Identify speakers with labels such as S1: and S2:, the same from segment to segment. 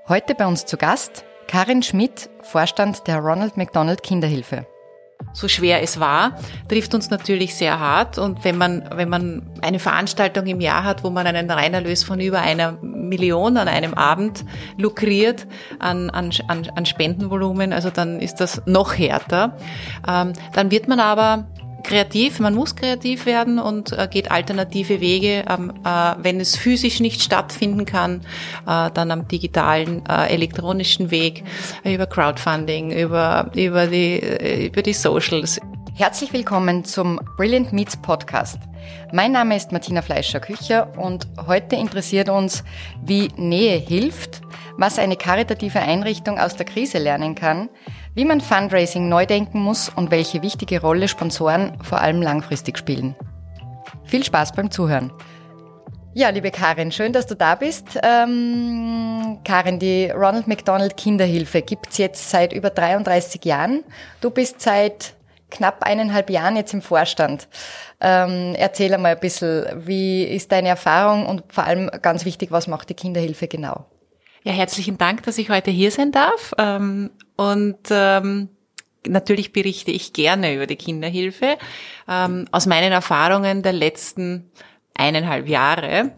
S1: Heute bei uns zu Gast Karin Schmidt, Vorstand der Ronald McDonald Kinderhilfe.
S2: So schwer es war, trifft uns natürlich sehr hart. Und wenn man eine Veranstaltung im Jahr hat, wo man einen Reinerlös von über 1 Million an einem Abend lukriert an Spendenvolumen, also dann ist das noch härter. Dann wird man aber kreativ, man muss kreativ werden und geht alternative Wege, wenn es physisch nicht stattfinden kann, dann am digitalen, elektronischen Weg, über Crowdfunding, über die Socials.
S1: Herzlich willkommen zum Brilliant Meets Podcast. Mein Name ist Martina Fleischer-Kücher und heute interessiert uns, wie Nähe hilft, was eine karitative Einrichtung aus der Krise lernen kann, wie man Fundraising neu denken muss und welche wichtige Rolle Sponsoren vor allem langfristig spielen. Viel Spaß beim Zuhören. Ja, liebe Karin, schön, dass du da bist. Karin, die Ronald McDonald Kinderhilfe gibt's jetzt seit über 33 Jahren. Du bist seit knapp 1,5 Jahren jetzt im Vorstand. Erzähl einmal ein bisschen, wie ist deine Erfahrung und vor allem ganz wichtig, was macht die Kinderhilfe genau?
S2: Ja, herzlichen Dank, dass ich heute hier sein darf. Natürlich berichte ich gerne über die Kinderhilfe. Aus meinen Erfahrungen der letzten 1,5 Jahre.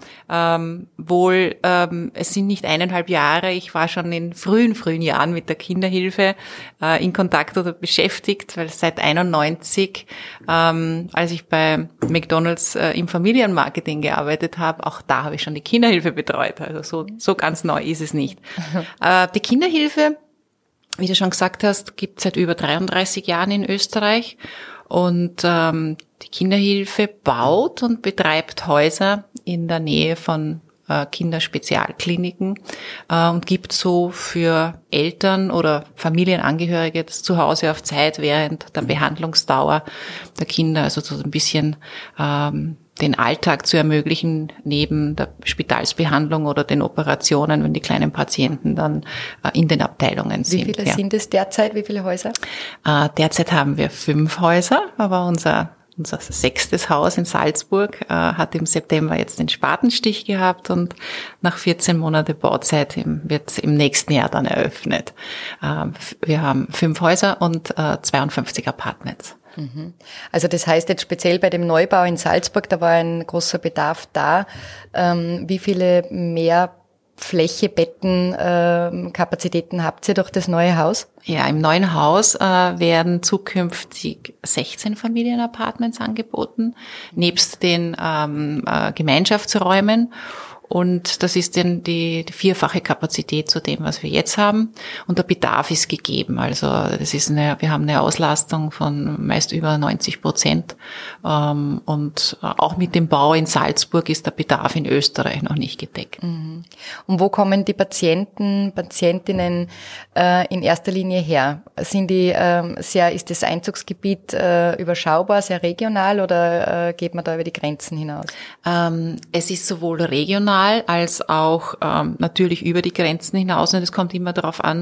S2: Es sind nicht 1,5 Jahre, ich war schon in frühen Jahren mit der Kinderhilfe in Kontakt oder beschäftigt, weil seit 91, als ich bei McDonald's im Familienmarketing gearbeitet habe, auch da habe ich schon die Kinderhilfe betreut. Also so ganz neu ist es nicht. Die Kinderhilfe, wie du schon gesagt hast, gibt es seit über 33 Jahren in Österreich. Und die Kinderhilfe baut und betreibt Häuser in der Nähe von Kinderspezialkliniken und gibt so für Eltern oder Familienangehörige das Zuhause auf Zeit während der Behandlungsdauer der Kinder, also so ein bisschen den Alltag zu ermöglichen, neben der Spitalsbehandlung oder den Operationen, wenn die kleinen Patienten dann in den Abteilungen sind.
S1: Wie viele sind es derzeit? Wie viele Häuser?
S2: Derzeit haben wir 5 Häuser, aber unser 6. Haus in Salzburg hat im September jetzt den Spatenstich gehabt und nach 14 Monate Bauzeit wird im nächsten Jahr dann eröffnet. Wir haben 5 Häuser und 52 Apartments.
S1: Also das heißt jetzt speziell bei dem Neubau in Salzburg, da war ein großer Bedarf da. Wie viele mehr Fläche, Betten, Kapazitäten habt ihr durch das neue Haus?
S2: Ja, im neuen Haus werden zukünftig 16 Familienapartments angeboten, nebst den Gemeinschaftsräumen. Und das ist dann die 4-fache Kapazität zu dem, was wir jetzt haben. Und der Bedarf ist gegeben. Also wir haben eine Auslastung von meist über 90%. Und auch mit dem Bau in Salzburg ist der Bedarf in Österreich noch nicht gedeckt.
S1: Und wo kommen die Patientinnen in erster Linie her? Ist das Einzugsgebiet überschaubar, sehr regional oder geht man da über die Grenzen hinaus?
S2: Es ist sowohl regional als auch natürlich über die Grenzen hinaus. Und es kommt immer darauf an,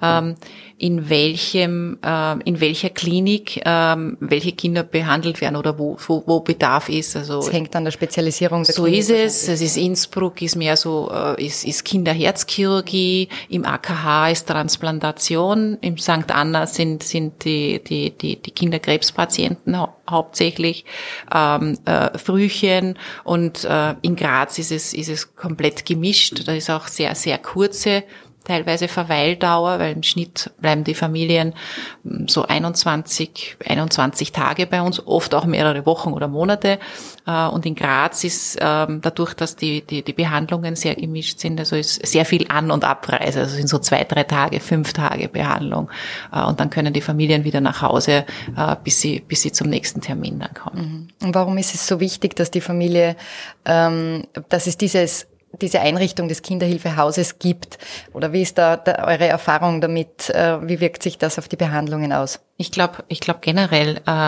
S2: in welcher Klinik welche Kinder behandelt werden oder wo Bedarf ist. Also
S1: es hängt an der Spezialisierung der
S2: Klinik. So ist es. Es ist Innsbruck, ist mehr so ist Kinderherzchirurgie. Im AKH ist Transplantation. Im St. Anna sind die Kinderkrebspatienten hauptsächlich Frühchen und in Graz ist es komplett gemischt. Da ist auch sehr, sehr kurze teilweise Verweildauer, weil im Schnitt bleiben die Familien so 21 Tage bei uns, oft auch mehrere Wochen oder Monate. Und in Graz ist dadurch, dass die Behandlungen sehr gemischt sind, also ist sehr viel An- und Abreise, also sind so 2-3 Tage, 5 Tage Behandlung. Und dann können die Familien wieder nach Hause, bis sie zum nächsten Termin dann kommen.
S1: Und warum ist es so wichtig, dass die Familie, dass es diese Einrichtung des Kinderhilfehauses gibt? Oder wie ist da eure Erfahrung damit? Wie wirkt sich das auf die Behandlungen aus?
S2: Ich glaube generell,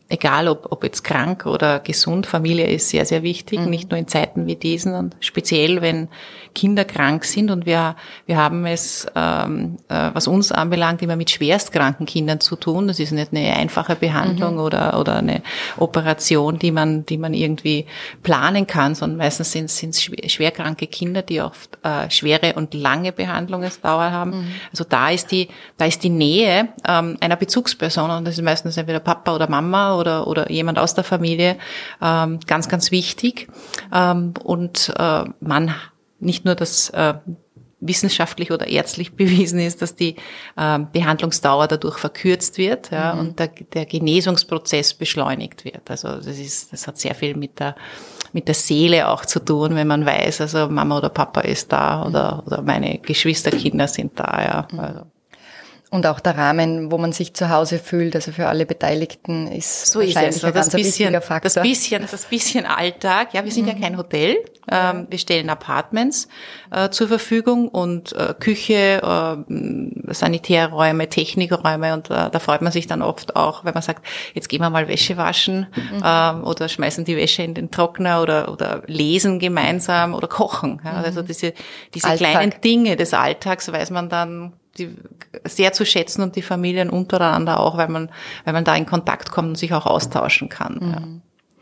S2: egal ob jetzt krank oder gesund, Familie ist sehr, sehr wichtig, nicht nur in Zeiten wie diesen und speziell, wenn Kinder krank sind. Und wir haben es, was uns anbelangt, immer mit schwerstkranken Kindern zu tun. Das ist nicht eine einfache Behandlung oder eine Operation, die man irgendwie planen kann, sondern meistens sind es schwerkranke Kinder, die oft schwere und lange Behandlungsdauer haben. Also da ist die Nähe einer Bezugsperson, und das ist meistens entweder Papa oder Mama oder jemand aus der Familie, ganz, ganz wichtig. Und man nicht nur das wissenschaftlich oder ärztlich bewiesen ist, dass die Behandlungsdauer dadurch verkürzt wird, ja, und der Genesungsprozess beschleunigt wird. Also das hat sehr viel mit der Seele auch zu tun, wenn man weiß, also Mama oder Papa ist da oder meine Geschwisterkinder sind da, ja. Also.
S1: Und auch der Rahmen, wo man sich zu Hause fühlt, also für alle Beteiligten, ist
S2: so
S1: wahrscheinlich
S2: ist es.
S1: ein ganz wichtiger Faktor.
S2: Das bisschen Alltag. Ja, wir sind ja kein Hotel. Wir stellen Apartments zur Verfügung und Küche, Sanitärräume, Technikräume, und da freut man sich dann oft auch, wenn man sagt, jetzt gehen wir mal Wäsche waschen oder schmeißen die Wäsche in den Trockner oder lesen gemeinsam oder kochen. Ja, also diese kleinen Dinge des Alltags weiß man dann sehr zu schätzen, und die Familien untereinander auch, weil man da in Kontakt kommt und sich auch austauschen kann.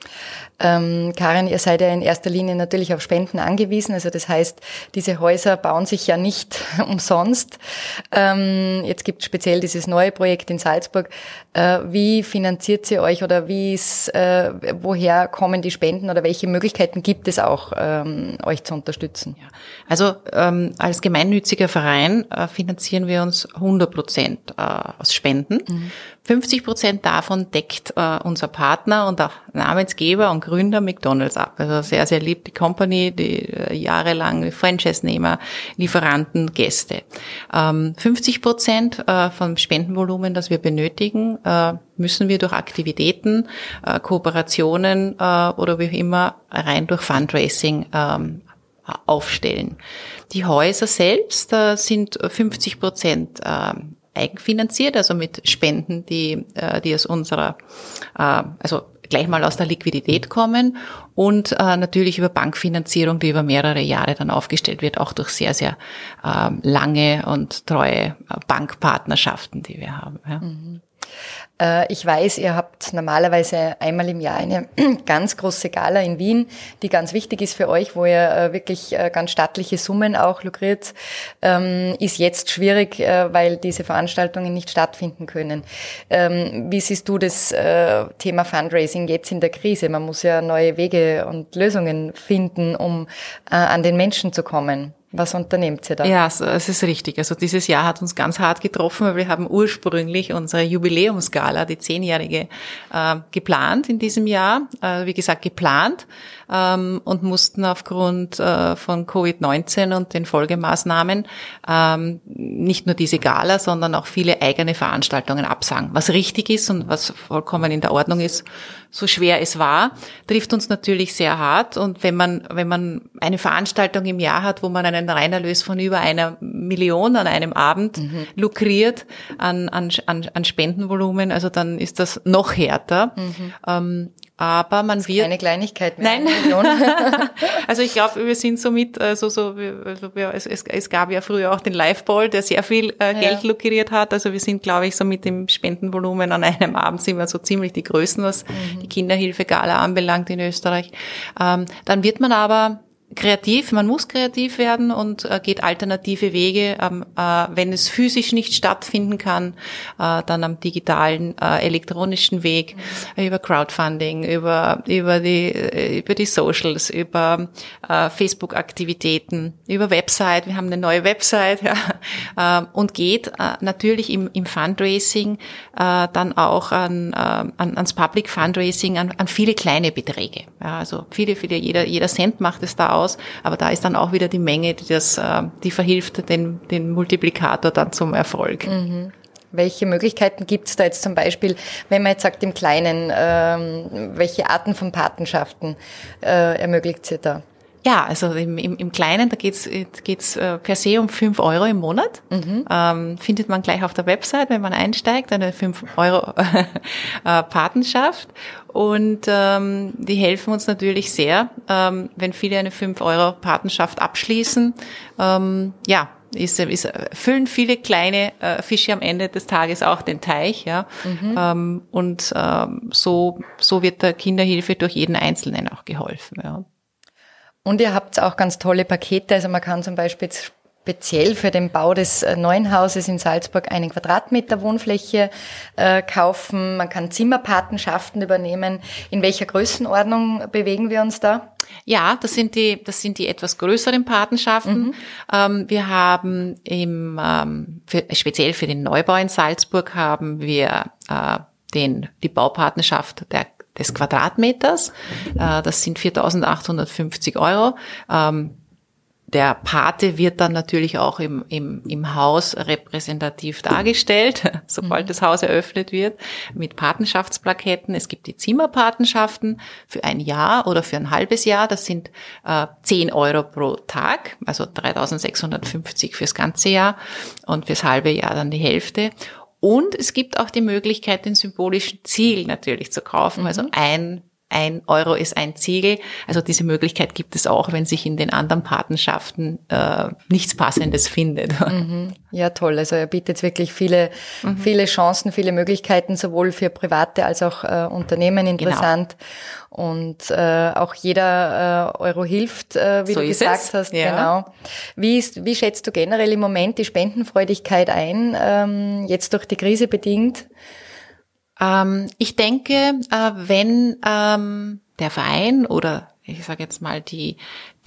S1: Karin, ihr seid ja in erster Linie natürlich auf Spenden angewiesen. Also das heißt, diese Häuser bauen sich ja nicht umsonst. Jetzt gibt es speziell dieses neue Projekt in Salzburg. Wie finanziert ihr euch, oder woher kommen die Spenden, oder welche Möglichkeiten gibt es auch, euch zu unterstützen?
S2: Ja. Also als gemeinnütziger Verein finanzieren wir uns 100% aus Spenden. 50% davon deckt unser Partner und auch Namensgeber und Gründer McDonald's ab. Also sehr, sehr lieb die Company, die jahrelang Franchise-Nehmer, Lieferanten, Gäste. 50% vom Spendenvolumen, das wir benötigen, müssen wir durch Aktivitäten, Kooperationen oder wie auch immer rein durch Fundraising aufstellen. Die Häuser selbst sind 50% eigenfinanziert, also mit Spenden, die aus unserer, also gleich mal aus der Liquidität kommen, und natürlich über Bankfinanzierung, die über mehrere Jahre dann aufgestellt wird, auch durch sehr, sehr lange und treue Bankpartnerschaften, die wir haben. Ja.
S1: Ich weiß, ihr habt normalerweise einmal im Jahr eine ganz große Gala in Wien, die ganz wichtig ist für euch, wo ihr wirklich ganz stattliche Summen auch lukriert. Ist jetzt schwierig, weil diese Veranstaltungen nicht stattfinden können. Wie siehst du das Thema Fundraising jetzt in der Krise? Man muss ja neue Wege und Lösungen finden, um an den Menschen zu kommen. Was unternehmt ihr da?
S2: Ja, es ist richtig. Also dieses Jahr hat uns ganz hart getroffen, weil wir haben ursprünglich unsere Jubiläumsgala, die 10-jährige, geplant in diesem Jahr. Wie gesagt, geplant. Und mussten aufgrund von Covid-19 und den Folgemaßnahmen nicht nur diese Gala, sondern auch viele eigene Veranstaltungen absagen. Was richtig ist und was vollkommen in der Ordnung ist, so schwer es war, trifft uns natürlich sehr hart. Und wenn man eine Veranstaltung im Jahr hat, wo man einen Reinerlös von über 1 Million an einem Abend lukriert an Spendenvolumen, also dann ist das noch härter. Aber man das wird
S1: keine Kleinigkeit mehr.
S2: Nein. Also ich glaube, wir sind somit es gab ja früher auch den Liveball, der sehr viel Geld lukriert hat. Also wir sind, glaube ich, so mit dem Spendenvolumen an einem Abend sind wir so ziemlich die Größten, was die Kinderhilfe-Gala anbelangt in Österreich. Dann wird man aber kreativ, man muss kreativ werden und geht alternative Wege, wenn es physisch nicht stattfinden kann, dann am digitalen, elektronischen Weg, über Crowdfunding, über die Socials, über Facebook-Aktivitäten, über Website. Wir haben eine neue Website, ja, und geht natürlich im Fundraising dann auch ans Public Fundraising, an viele kleine Beträge. Ja, also viele, jeder Cent macht es da aus. Aber da ist dann auch wieder die Menge, die verhilft den Multiplikator dann zum Erfolg.
S1: Welche Möglichkeiten gibt es da jetzt zum Beispiel, wenn man jetzt sagt im Kleinen, welche Arten von Patenschaften ermöglicht sie da?
S2: Ja, also im Kleinen, da geht's per se um 5 Euro im Monat. Findet man gleich auf der Website, wenn man einsteigt, eine 5 Euro Patenschaft. Und die helfen uns natürlich sehr, wenn viele eine 5 Euro Patenschaft abschließen. Füllen viele kleine Fische am Ende des Tages auch den Teich, ja. So wird der Kinderhilfe durch jeden Einzelnen auch geholfen, ja.
S1: Und ihr habt auch ganz tolle Pakete, also man kann zum Beispiel speziell für den Bau des neuen Hauses in Salzburg 1 Quadratmeter Wohnfläche kaufen, man kann Zimmerpatenschaften übernehmen. In welcher Größenordnung bewegen wir uns da?
S2: Ja, das sind die etwas größeren Patenschaften. Wir haben speziell für den Neubau in Salzburg haben wir die Baupatenschaft des Quadratmeters. Das sind 4.850 Euro. Der Pate wird dann natürlich auch im Haus repräsentativ dargestellt, sobald das Haus eröffnet wird, mit Patenschaftsplaketten. Es gibt die Zimmerpatenschaften für ein Jahr oder für ein halbes Jahr. Das sind 10 Euro pro Tag, also 3.650 fürs ganze Jahr und fürs halbe Jahr dann die Hälfte. Und es gibt auch die Möglichkeit, den symbolischen Ziegel natürlich zu kaufen. Also ein Euro ist ein Ziegel. Also diese Möglichkeit gibt es auch, wenn sich in den anderen Patenschaften nichts Passendes findet.
S1: Ja, toll. Also er bietet wirklich viele Chancen, viele Möglichkeiten, sowohl für Private als auch Unternehmen interessant. Genau. Und auch jeder Euro hilft, wie so du gesagt hast. Ja. Genau. Wie schätzt du generell im Moment die Spendenfreudigkeit ein, jetzt durch die Krise bedingt?
S2: Ich denke, wenn der Verein oder ich sage jetzt mal die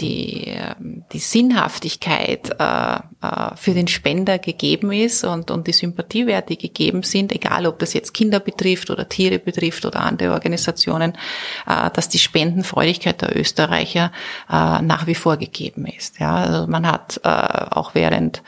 S2: Sinnhaftigkeit für den Spender gegeben ist und die Sympathiewerte gegeben sind, egal ob das jetzt Kinder betrifft oder Tiere betrifft oder andere Organisationen, dass die Spendenfreudigkeit der Österreicher nach wie vor gegeben ist. Ja, also man hat auch während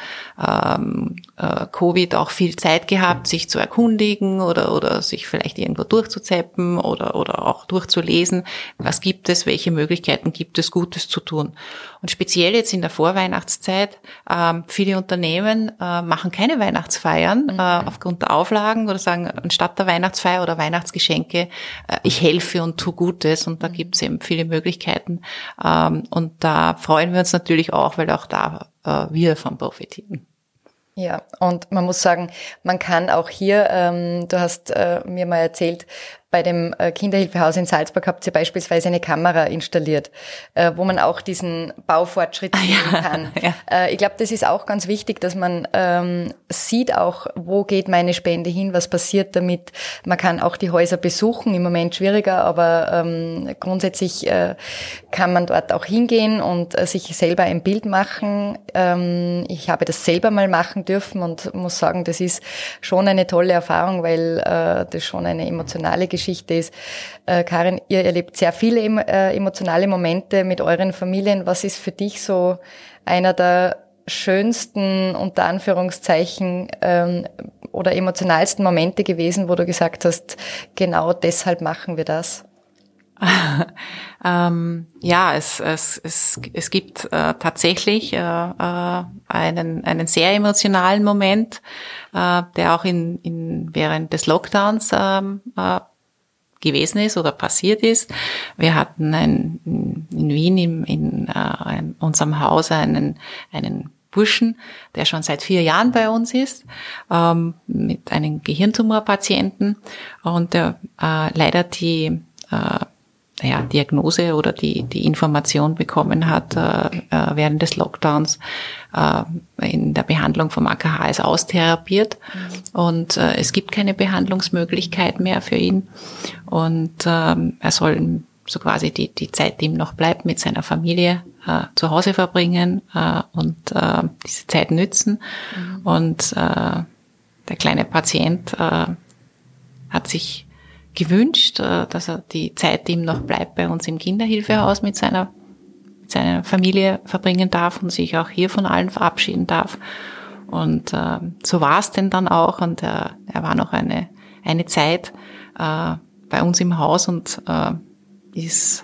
S2: Covid auch viel Zeit gehabt, sich zu erkundigen oder sich vielleicht irgendwo durchzuzeppen oder auch durchzulesen, was gibt es, welche Möglichkeiten gibt es, Gutes zu tun. Und speziell jetzt in der Vorweihnachtszeit, viele Unternehmen machen keine Weihnachtsfeiern aufgrund der Auflagen oder sagen, anstatt der Weihnachtsfeier oder Weihnachtsgeschenke, ich helfe und tue Gutes. Und da gibt es eben viele Möglichkeiten. Und da freuen wir uns natürlich auch, weil auch da wir davon profitieren.
S1: Ja, und man muss sagen, man kann auch hier, du hast mir mal erzählt, bei dem Kinderhilfehaus in Salzburg habt ihr beispielsweise eine Kamera installiert, wo man auch diesen Baufortschritt sehen kann. Ja. Ich glaube, das ist auch ganz wichtig, dass man sieht auch, wo geht meine Spende hin, was passiert damit. Man kann auch die Häuser besuchen, im Moment schwieriger, aber grundsätzlich kann man dort auch hingehen und sich selber ein Bild machen. Ich habe das selber mal machen dürfen und muss sagen, das ist schon eine tolle Erfahrung, weil das schon eine emotionale Geschichte ist. Karin, ihr erlebt sehr viele emotionale Momente mit euren Familien. Was ist für dich so einer der schönsten, unter Anführungszeichen, oder emotionalsten Momente gewesen, wo du gesagt hast, genau deshalb machen wir das?
S2: Ja, es gibt tatsächlich einen sehr emotionalen Moment, der auch während des Lockdowns gewesen ist oder passiert ist. Wir hatten in Wien in unserem Haus einen Burschen, der schon seit 4 Jahren bei uns ist, mit einem Gehirntumorpatienten und der leider die Diagnose oder die Information bekommen hat während des Lockdowns in der Behandlung vom AKH ist austherapiert und es gibt keine Behandlungsmöglichkeit mehr für ihn und er soll so quasi die Zeit, die ihm noch bleibt, mit seiner Familie zu Hause verbringen und diese Zeit nützen und der kleine Patient hat sich gewünscht, dass er die Zeit, die ihm noch bleibt, bei uns im Kinderhilfehaus mit seiner Familie verbringen darf und sich auch hier von allen verabschieden darf. Und so war es denn dann auch. Und er war noch eine Zeit bei uns im Haus und ist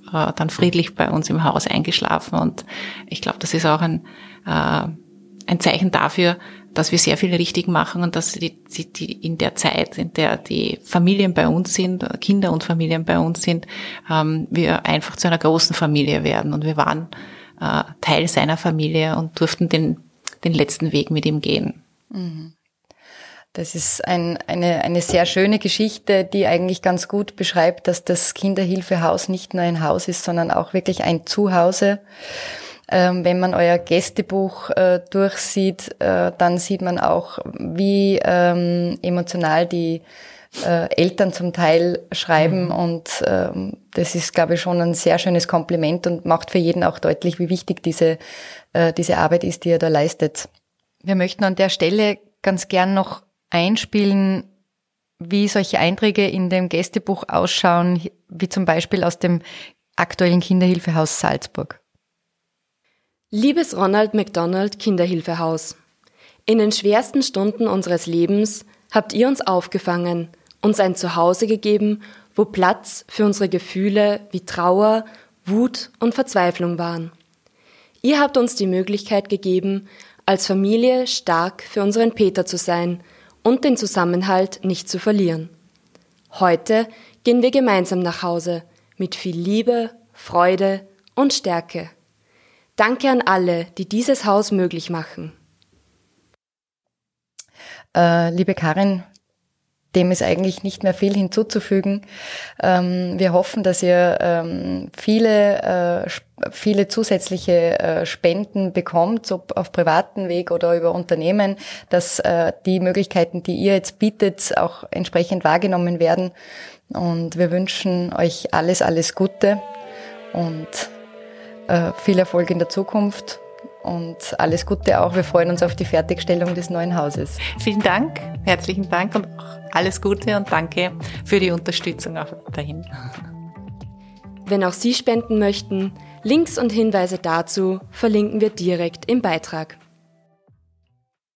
S2: dann friedlich bei uns im Haus eingeschlafen. Und ich glaube, das ist auch ein Zeichen dafür, dass wir sehr viel richtig machen und dass die in der Zeit, in der die Familien bei uns sind, Kinder und Familien bei uns sind, wir einfach zu einer großen Familie werden. Und wir waren Teil seiner Familie und durften den letzten Weg mit ihm gehen.
S1: Das ist eine sehr schöne Geschichte, die eigentlich ganz gut beschreibt, dass das Kinderhilfehaus nicht nur ein Haus ist, sondern auch wirklich ein Zuhause. Wenn man euer Gästebuch durchsieht, dann sieht man auch, wie emotional die Eltern zum Teil schreiben und das ist, glaube ich, schon ein sehr schönes Kompliment und macht für jeden auch deutlich, wie wichtig diese Arbeit ist, die ihr da leistet. Wir möchten an der Stelle ganz gern noch einspielen, wie solche Einträge in dem Gästebuch ausschauen, wie zum Beispiel aus dem aktuellen Kinderhilfehaus Salzburg.
S3: Liebes Ronald McDonald Kinderhilfehaus, in den schwersten Stunden unseres Lebens habt ihr uns aufgefangen, uns ein Zuhause gegeben, wo Platz für unsere Gefühle wie Trauer, Wut und Verzweiflung waren. Ihr habt uns die Möglichkeit gegeben, als Familie stark für unseren Peter zu sein und den Zusammenhalt nicht zu verlieren. Heute gehen wir gemeinsam nach Hause mit viel Liebe, Freude und Stärke. Danke an alle, die dieses Haus möglich machen.
S1: Liebe Karin, dem ist eigentlich nicht mehr viel hinzuzufügen. Wir hoffen, dass ihr viele zusätzliche Spenden bekommt, ob auf privaten Weg oder über Unternehmen, dass die Möglichkeiten, die ihr jetzt bietet, auch entsprechend wahrgenommen werden. Und wir wünschen euch alles Gute und viel Erfolg in der Zukunft und alles Gute auch. Wir freuen uns auf die Fertigstellung des neuen Hauses.
S2: Vielen Dank, herzlichen Dank und auch alles Gute und danke für die Unterstützung auch dahin.
S3: Wenn auch Sie spenden möchten, Links und Hinweise dazu verlinken wir direkt im Beitrag.